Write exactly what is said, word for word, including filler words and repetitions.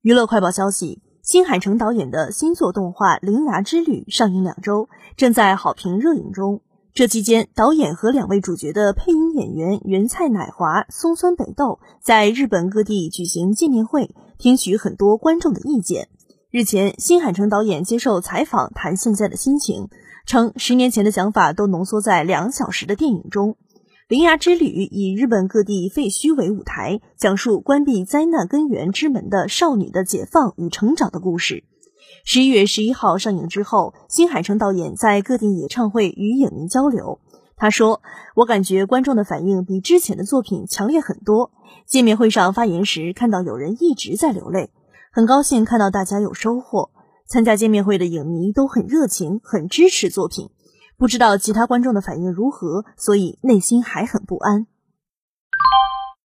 娱乐快报消息，新海诚导演的新作动画《铃芽之旅》上映两周，正在好评热映中。这期间，导演和两位主角的配音演员原菜乃华、松村北斗在日本各地举行见面会，听取很多观众的意见。日前，新海诚导演接受采访谈现在的心情，称十年前的想法都浓缩在两小时的电影中。铃芽之旅以日本各地废墟为舞台，讲述关闭灾难根源之门的少女的解放与成长的故事。十一月十一号上映之后，新海诚导演在各地演唱会与影迷交流。他说，我感觉观众的反应比之前的作品强烈很多。见面会上发言时看到有人一直在流泪，很高兴看到大家有收获。参加见面会的影迷都很热情，很支持作品。不知道其他观众的反应如何，所以内心还很不安。